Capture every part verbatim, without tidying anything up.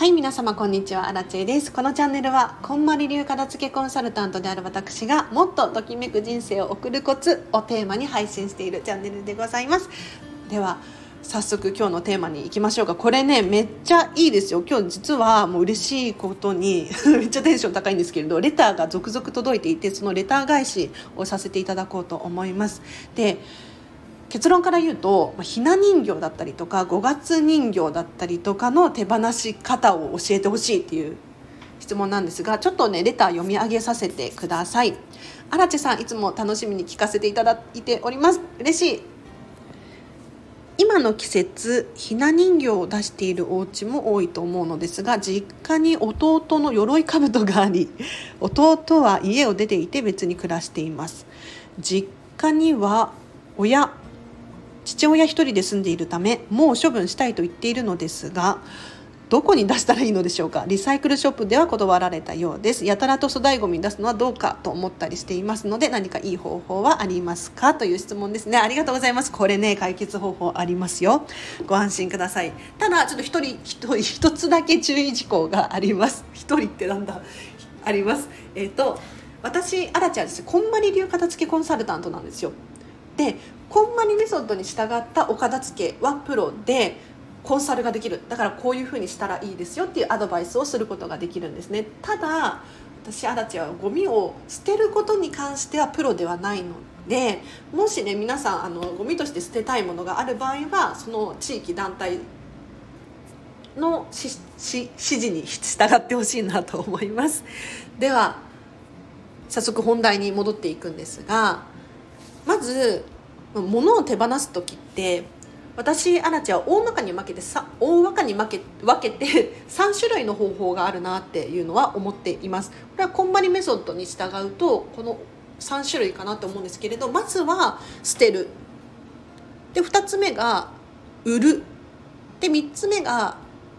はい、皆様こんにちは、アラチェです。このチャンネルはこんまり流片付けコンサルタントである私がもっとときめく人生を送るコツをテーマに配信しているチャンネルでございます。では早速今日のテーマに行きましょうか。これね、めっちゃいいですよ。今日実はもう嬉しいことにめっちゃテンション高いんですけれど、レターが続々届いていて、そのレター返しをさせていただこうと思います。で、結論から言うと、ひな人形だったりとかごがつ人形だったりとかの手放し方を教えてほしいっていう質問なんですが、ちょっとねレター読み上げさせてください。アラチェさん、いつも楽しみに聞かせていただいております。嬉しい。今の季節、ひな人形を出しているお家も多いと思うのですが、実家に弟の鎧兜があり、弟は家を出ていて別に暮らしています。実家には親父親一人で住んでいるため、もう処分したいと言っているのですが、どこに出したらいいのでしょうか。リサイクルショップでは断られたようです。やたらと粗大ごみに出すのはどうかと思ったりしていますので、何かいい方法はありますか、という質問ですね。ありがとうございます。これね、解決方法ありますよ。ご安心ください。ただちょっと一人一人一つだけ注意事項があります。一人ってなんだあります。えっ、ー、と私アラチはですね、こんまり流片付けコンサルタントなんですよ。で、こんまりメソッドに従ったお片付けはプロでコンサルができる。だからこういう風にしたらいいですよっていうアドバイスをすることができるんですね。ただ私アラチはゴミを捨てることに関してはプロではないので、もしね皆さんあのゴミとして捨てたいものがある場合は、その地域団体のしし指示に従ってほしいなと思います。では早速本題に戻っていくんですが、まず物を手放す時って、私アラチは大まかに分けてさ大まかに分け分けてさん種類の方法があるなっていうのは思っています。これはこんまりメソッドに従うとこのさん種類かなと思うんですけれど、まずは捨てる、でふたつめが売る、でみっつめが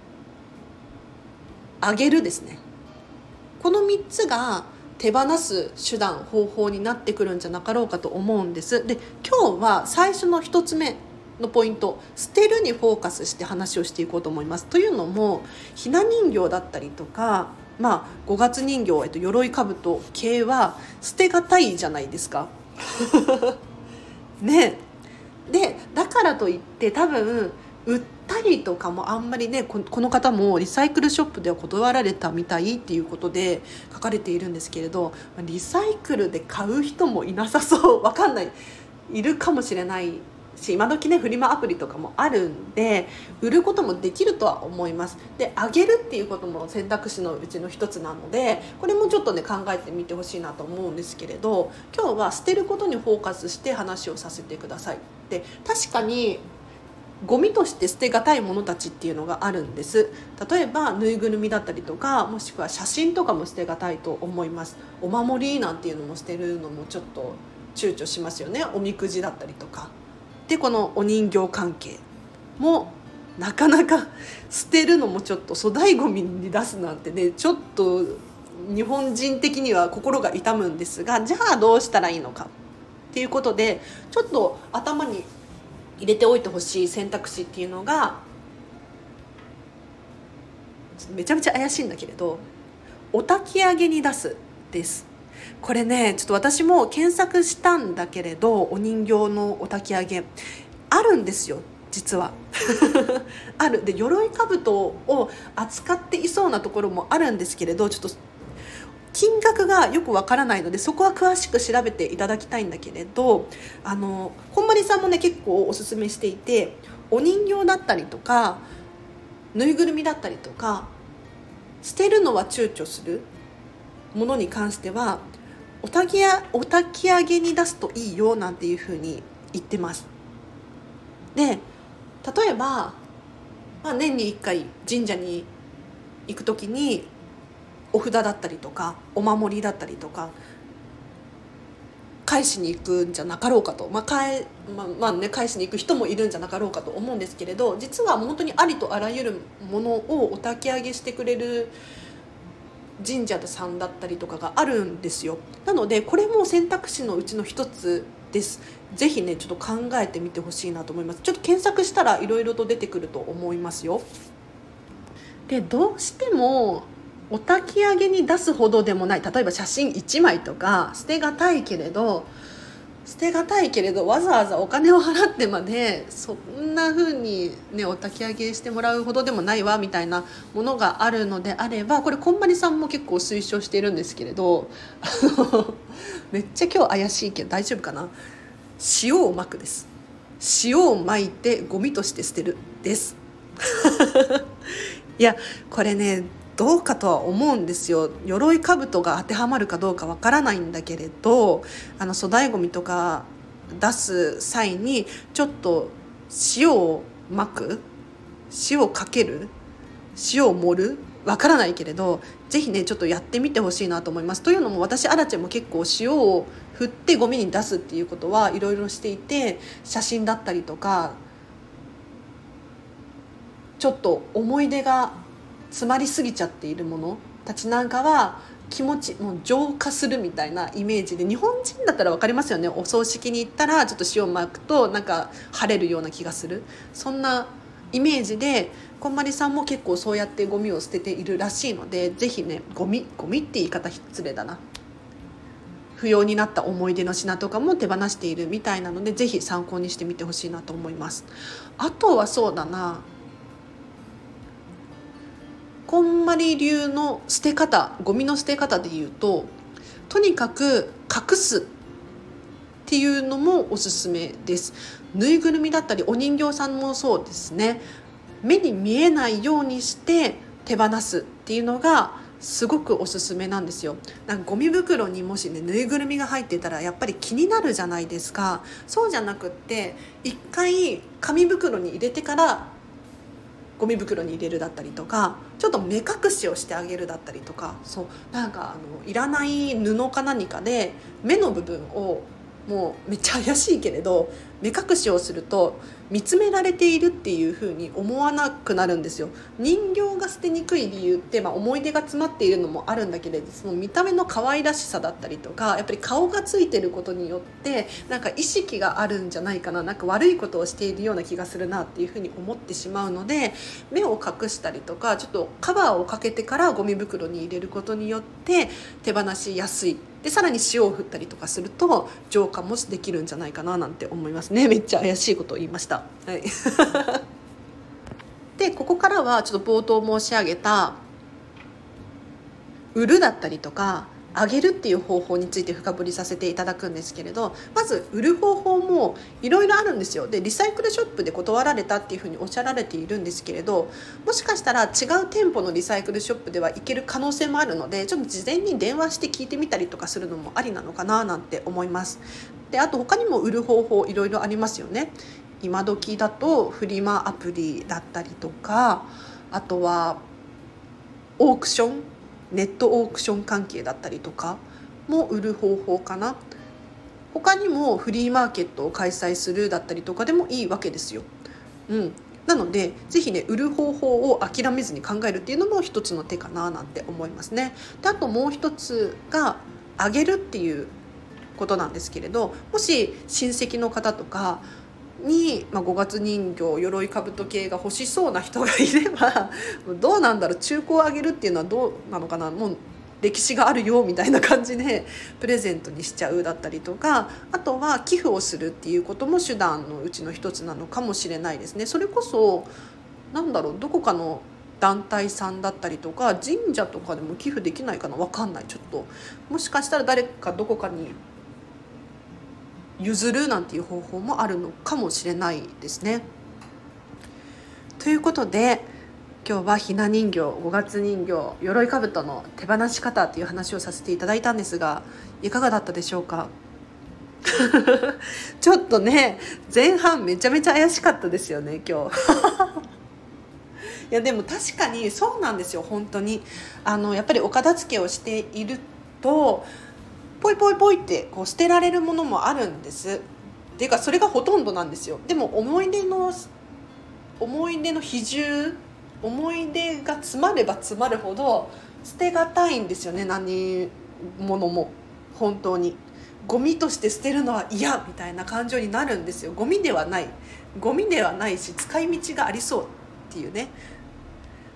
あげるですね。このみっつが手放す手段方法になってくるんじゃなかろうかと思うんです。で、今日は最初のひとつめのポイント、捨てるにフォーカスして話をしていこうと思います。というのも、ひな人形だったりとか、まあ、ごがつ人形、えっと、鎧兜系は捨てがたいじゃないですかね。でだからといって多分売ったりとかもあんまりね、この方もリサイクルショップでは断られたみたいっていうことで書かれているんですけれど、リサイクルで買う人もいなさそう。わかんない、いるかもしれないし、今時ねフリマアプリとかもあるんで売ることもできるとは思います。で、あげるっていうことも選択肢のうちの一つなので、これもちょっとね考えてみてほしいなと思うんですけれど、今日は捨てることにフォーカスして話をさせてください。で、確かにゴミとして捨てがたいものたちっていうのがあるんです。例えばぬいぐるみだったりとか、もしくは写真とかも捨てがたいと思います。お守りなんていうのも捨てるのもちょっと躊躇しますよね。おみくじだったりとかで、このお人形関係もなかなか捨てるのもちょっと粗大ゴミに出すなんてね、ちょっと日本人的には心が痛むんですが、じゃあどうしたらいいのかっていうことで、ちょっと頭に入れておいてほしい選択肢っていうのが、めちゃめちゃ怪しいんだけれど、お焚き上げに出すです。これね、ちょっと私も検索したんだけれど、お人形のお焚き上げあるんですよ、実はある。で、鎧兜を扱っていそうなところもあるんですけれど、ちょっと金額がよくわからないので、そこは詳しく調べていただきたいんだけれど、あのこんまりさんもね結構おすすめしていて、お人形だったりとかぬいぐるみだったりとか、捨てるのは躊躇するものに関してはおたきやお焚き上げに出すといいよなんていうふうに言ってます。で、例えば、まあ、年にいっかい神社に行くときにお札だったりとかお守りだったりとか返しに行くんじゃなかろうかと、まあ返まあまあね、返しに行く人もいるんじゃなかろうかと思うんですけれど、実は本当にありとあらゆるものをお焚き上げしてくれる神社さんだったりとかがあるんですよ。なのでこれも選択肢のうちの一つです。ぜひねちょっと考えてみてほしいなと思います。ちょっと検索したらいろいろと出てくると思いますよ。 でどうしてもお焚き上げに出すほどでもない、例えば写真いちまいとか捨てがたいけれど捨てがたいけれどわざわざお金を払ってまでそんな風にねお焚き上げしてもらうほどでもないわみたいなものがあるのであれば、これこんまりさんも結構推奨しているんですけれど、あのめっちゃ今日怪しいけど大丈夫かな。塩をまくです。塩をまいてゴミとして捨てるですいやこれねどうかとは思うんですよ。鎧兜が当てはまるかどうかわからないんだけれど、あの粗大ごみとか出す際にちょっと塩をまく、塩をかける、塩を盛る、わからないけれどぜひねちょっとやってみてほしいなと思います。というのも私アラチェも結構塩を振ってゴミに出すっていうことはいろいろしていて、写真だったりとかちょっと思い出が詰まりすぎちゃっているものたちなんかは気持ちもう浄化するみたいなイメージで、日本人だったら分かりますよね。お葬式に行ったらちょっと塩をまくとなんか晴れるような気がする、そんなイメージでこんまりさんも結構そうやってゴミを捨てているらしいので、ぜひねゴミゴミって言い方失礼だな、不要になった思い出の品とかも手放しているみたいなので、ぜひ参考にしてみてほしいなと思います。あとはそうだな、こんまり流の捨て方、ゴミの捨て方でいうと、とにかく隠すっていうのもおすすめです。ぬいぐるみだったりお人形さんもそうですね、目に見えないようにして手放すっていうのがすごくおすすめなんですよ。なんかゴミ袋にもしねぬいぐるみが入ってたらやっぱり気になるじゃないですか。そうじゃなくって一回紙袋に入れてからゴミ袋に入れるだったりとか、ちょっと目隠しをしてあげるだったりとか、そうなんかあのいらない布か何かで目の部分をもうめっちゃ怪しいけれど目隠しをすると見つめられているっていう風に思わなくなるんですよ。人形が捨てにくい理由って、まあ、思い出が詰まっているのもあるんだけれど、その見た目の可愛らしさだったりとかやっぱり顔がついてることによってなんか意識があるんじゃないかな、なんか悪いことをしているような気がするなっていう風に思ってしまうので、目を隠したりとかちょっとカバーをかけてからゴミ袋に入れることによって手放しやすい。でさらに塩を振ったりとかすると浄化もできるんじゃないかななんて思いますね。めっちゃ怪しいことを言いました、はい、でここからはちょっと冒頭申し上げた売るだったりとかあげるっていう方法について深掘りさせていただくんですけれど、まず売る方法もいろいろあるんですよ。でリサイクルショップで断られたっていうふうにおっしゃられているんですけれど、もしかしたら違う店舗のリサイクルショップでは行ける可能性もあるので、ちょっと事前に電話して聞いてみたりとかするのもありなのかななんて思います。であと他にも売る方法いろいろありますよね。今時だとフリマアプリだったりとか、あとはオークション、ネットオークション関係だったりとかも売る方法かな。他にもフリーマーケットを開催するだったりとかでもいいわけですよ、うん、なのでぜひね売る方法を諦めずに考えるっていうのも一つの手かななんて思いますね。であともう一つがあげるっていうことなんですけれど、もし親戚の方とかに、まあ、ごがつ人形鎧兜系が欲しそうな人がいればどうなんだろう、中古をあげるっていうのはどうなのかな、もう歴史があるよみたいな感じでプレゼントにしちゃうだったりとか、あとは寄付をするっていうことも手段のうちの一つなのかもしれないですね。それこそなんだろう、どこかの団体さんだったりとか神社とかでも寄付できないかな、分かんない、ちょっともしかしたら誰かどこかに譲るなんていう方法もあるのかもしれないですね。ということで今日はひな人形、ごがつ人形、鎧兜の手放し方という話をさせていただいたんですが、いかがだったでしょうかちょっとね前半めちゃめちゃ怪しかったですよね今日いやでも確かにそうなんですよ。本当にあのやっぱりお片付けをしているとポイポイポイってこう捨てられるものもあるんです。っていうかそれがほとんどなんですよ。でも思い出の思い出の比重、思い出が詰まれば詰まるほど捨てがたいんですよね。何物も本当にゴミとして捨てるのは嫌みたいな感情になるんですよ。ゴミではないゴミではないし使い道がありそうっていうね。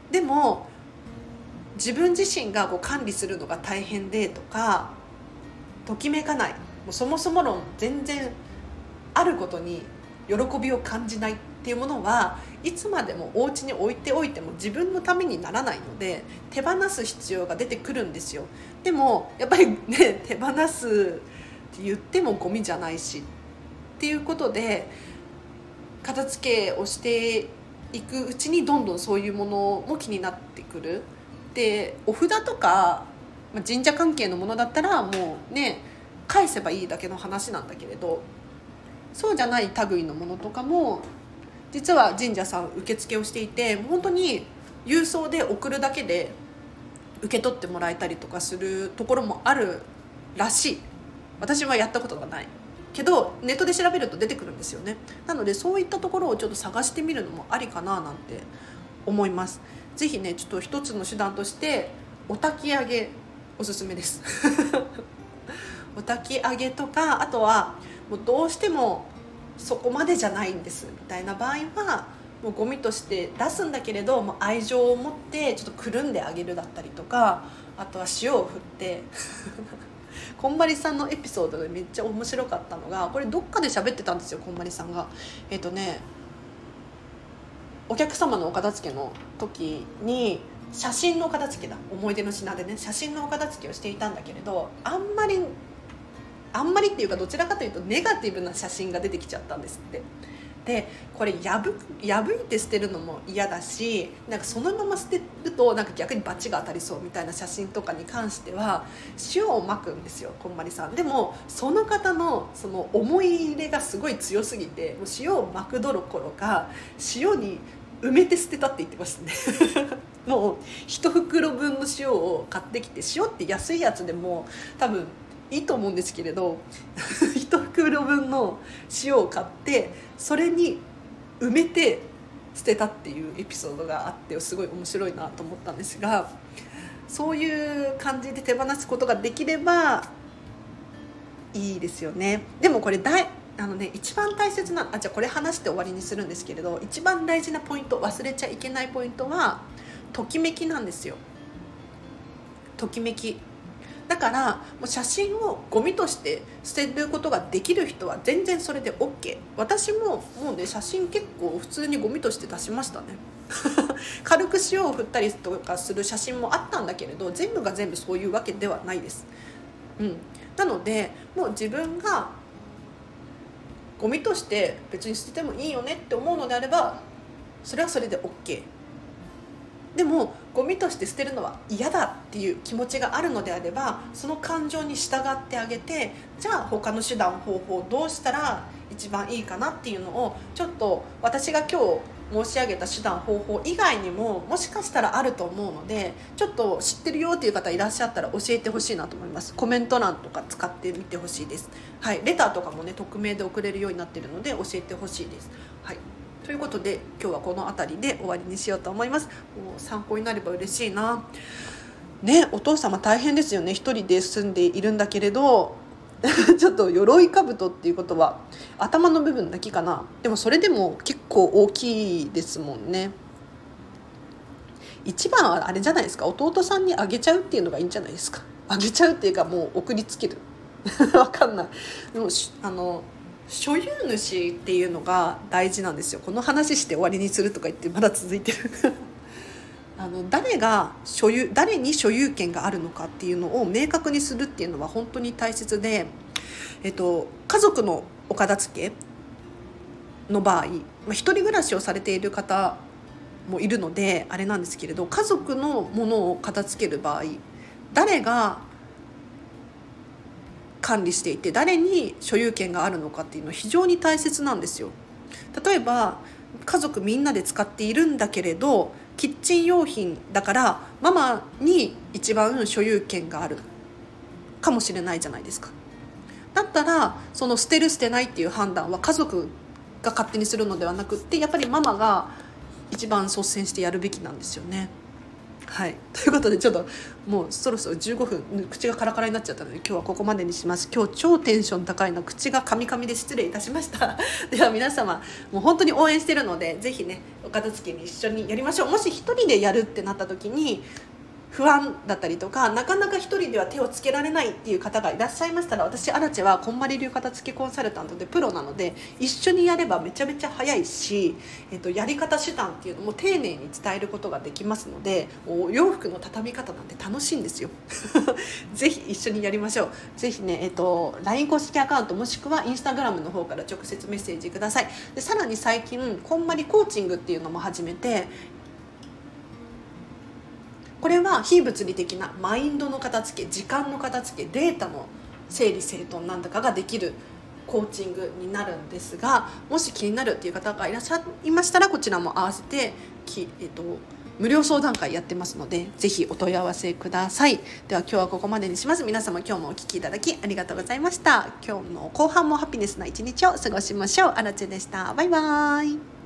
でも自分自身がこう管理するのが大変でとか、ときめかない、もうそもそも論全然あることに喜びを感じないっていうものはいつまでもお家に置いておいても自分のためにならないので、手放す必要が出てくるんですよ。でもやっぱりね、手放すって言ってもゴミじゃないしっていうことで、片付けをしていくうちにどんどんそういうものも気になってくる。でお札とか神社関係のものだったらもうね返せばいいだけの話なんだけれど、そうじゃない類のものとかも実は神社さん受付をしていて、本当に郵送で送るだけで受け取ってもらえたりとかするところもあるらしい。私はやったことがないけどネットで調べると出てくるんですよね。なのでそういったところをちょっと探してみるのもありかななんて思います。ぜひねちょっと一つの手段としてお焚き上げおすすめですお焚き上げとか、あとはもうどうしてもそこまでじゃないんですみたいな場合はもうゴミとして出すんだけれども愛情を持ってちょっとくるんであげるだったりとか、あとは塩を振ってこんまりさんのエピソードでめっちゃ面白かったのが、これどっかで喋ってたんですよ、こんまりさんが。えっとねお客様のお片付けの時に写真のお片付けだ、思い出の品でね写真のお片付けをしていたんだけれど、あんまりあんまりっていうかどちらかというとネガティブな写真が出てきちゃったんですって。でこれ破破いて捨てるのも嫌だし、なんかそのまま捨てるとなんか逆にバチが当たりそうみたいな写真とかに関しては塩をまくんですよ、こんまりさん。でもその方のその思い入れがすごい強すぎて、もう塩をまくどころか塩に埋めて捨てたって言ってましたねもう一袋分の塩を買ってきて、塩って安いやつでも多分いいと思うんですけれど一袋分の塩を買ってそれに埋めて捨てたっていうエピソードがあって、すごい面白いなと思ったんですが、そういう感じで手放すことができればいいですよね。でもこれ大あのね、一番大切なあじゃあこれ話して終わりにするんですけれど、一番大事なポイント、忘れちゃいけないポイントはときめきなんですよ。ときめきだからもう写真をゴミとして捨てることができる人は全然それで OK。 私ももうね写真結構普通にゴミとして出しましたね軽く塩を振ったりとかする写真もあったんだけれど、全部が全部そういうわけではないです、うん、なのでもう自分がゴミとして別に捨ててもいいよねって思うのであればそれはそれで OK。 でもゴミとして捨てるのは嫌だっていう気持ちがあるのであれば、その感情に従ってあげて、じゃあ他の手段方法どうしたら一番いいかなっていうのをちょっと私が今日申し上げた手段方法以外にももしかしたらあると思うので、ちょっと知ってるよっていう方いらっしゃったら教えてほしいなと思います。コメント欄とか使ってみてほしいです、はい、レターとかもね匿名で送れるようになっているので教えてほしいです、はい、ということで今日はこの辺りで終わりにしようと思います。もう参考になれば嬉しいなね。お父様大変ですよね、一人で住んでいるんだけれどちょっと鎧兜っていうことは頭の部分だけかな。でもそれでも結構大きいですもんね。一番はあれじゃないですか、弟さんにあげちゃうっていうのがいいんじゃないですか。あげちゃうっていうかもう送りつけるわかんない。でもあの所有主っていうのが大事なんですよ。この話して終わりにするとか言ってまだ続いてるあの誰が所有誰に所有権があるのかっていうのを明確にするっていうのは本当に大切で、えっと、家族のお片付けの場合、まあ、一人暮らしをされている方もいるのであれなんですけれど、家族のものを片付ける場合誰が管理していて誰に所有権があるのかっていうのは非常に大切なんですよ。例えば家族みんなで使っているんだけれどキッチン用品だからママに一番所有権があるかもしれないじゃないですか。だったらその捨てる捨てないっていう判断は家族が勝手にするのではなくって、やっぱりママが一番率先してやるべきなんですよね。 はい、ということでちょっともうそろそろじゅうごふん口がカラカラになっちゃったので今日はここまでにします。今日超テンション高いの口がカミカミで失礼いたしましたでは皆様もう本当に応援してるのでぜひねお片付けに一緒にやりましょう。もし一人でやるってなった時に不安だったりとかなかなか一人では手をつけられないっていう方がいらっしゃいましたら私アラチェはこんまり流片付けコンサルタントでプロなので一緒にやればめちゃめちゃ早いし、えっと、やり方手段っていうのも丁寧に伝えることができますのでお洋服の畳み方なんて楽しいんですよぜひ一緒にやりましょう。ぜひね、えっと、ライン 公式アカウントもしくはインスタグラムの方から直接メッセージください。でさらに最近こんまりコーチングっていうのも始めてこれは非物理的なマインドの片付け時間の片付けデータの整理整頓なんだかができるコーチングになるんですがもし気になるっていう方がいらっしゃいましたらこちらも合わせてき、えっと、無料相談会やってますのでぜひお問い合わせください。では今日はここまでにします。皆様今日もお聞きいただきありがとうございました。今日の後半もハピネスな一日を過ごしましょう。あらちでした。バイバイ。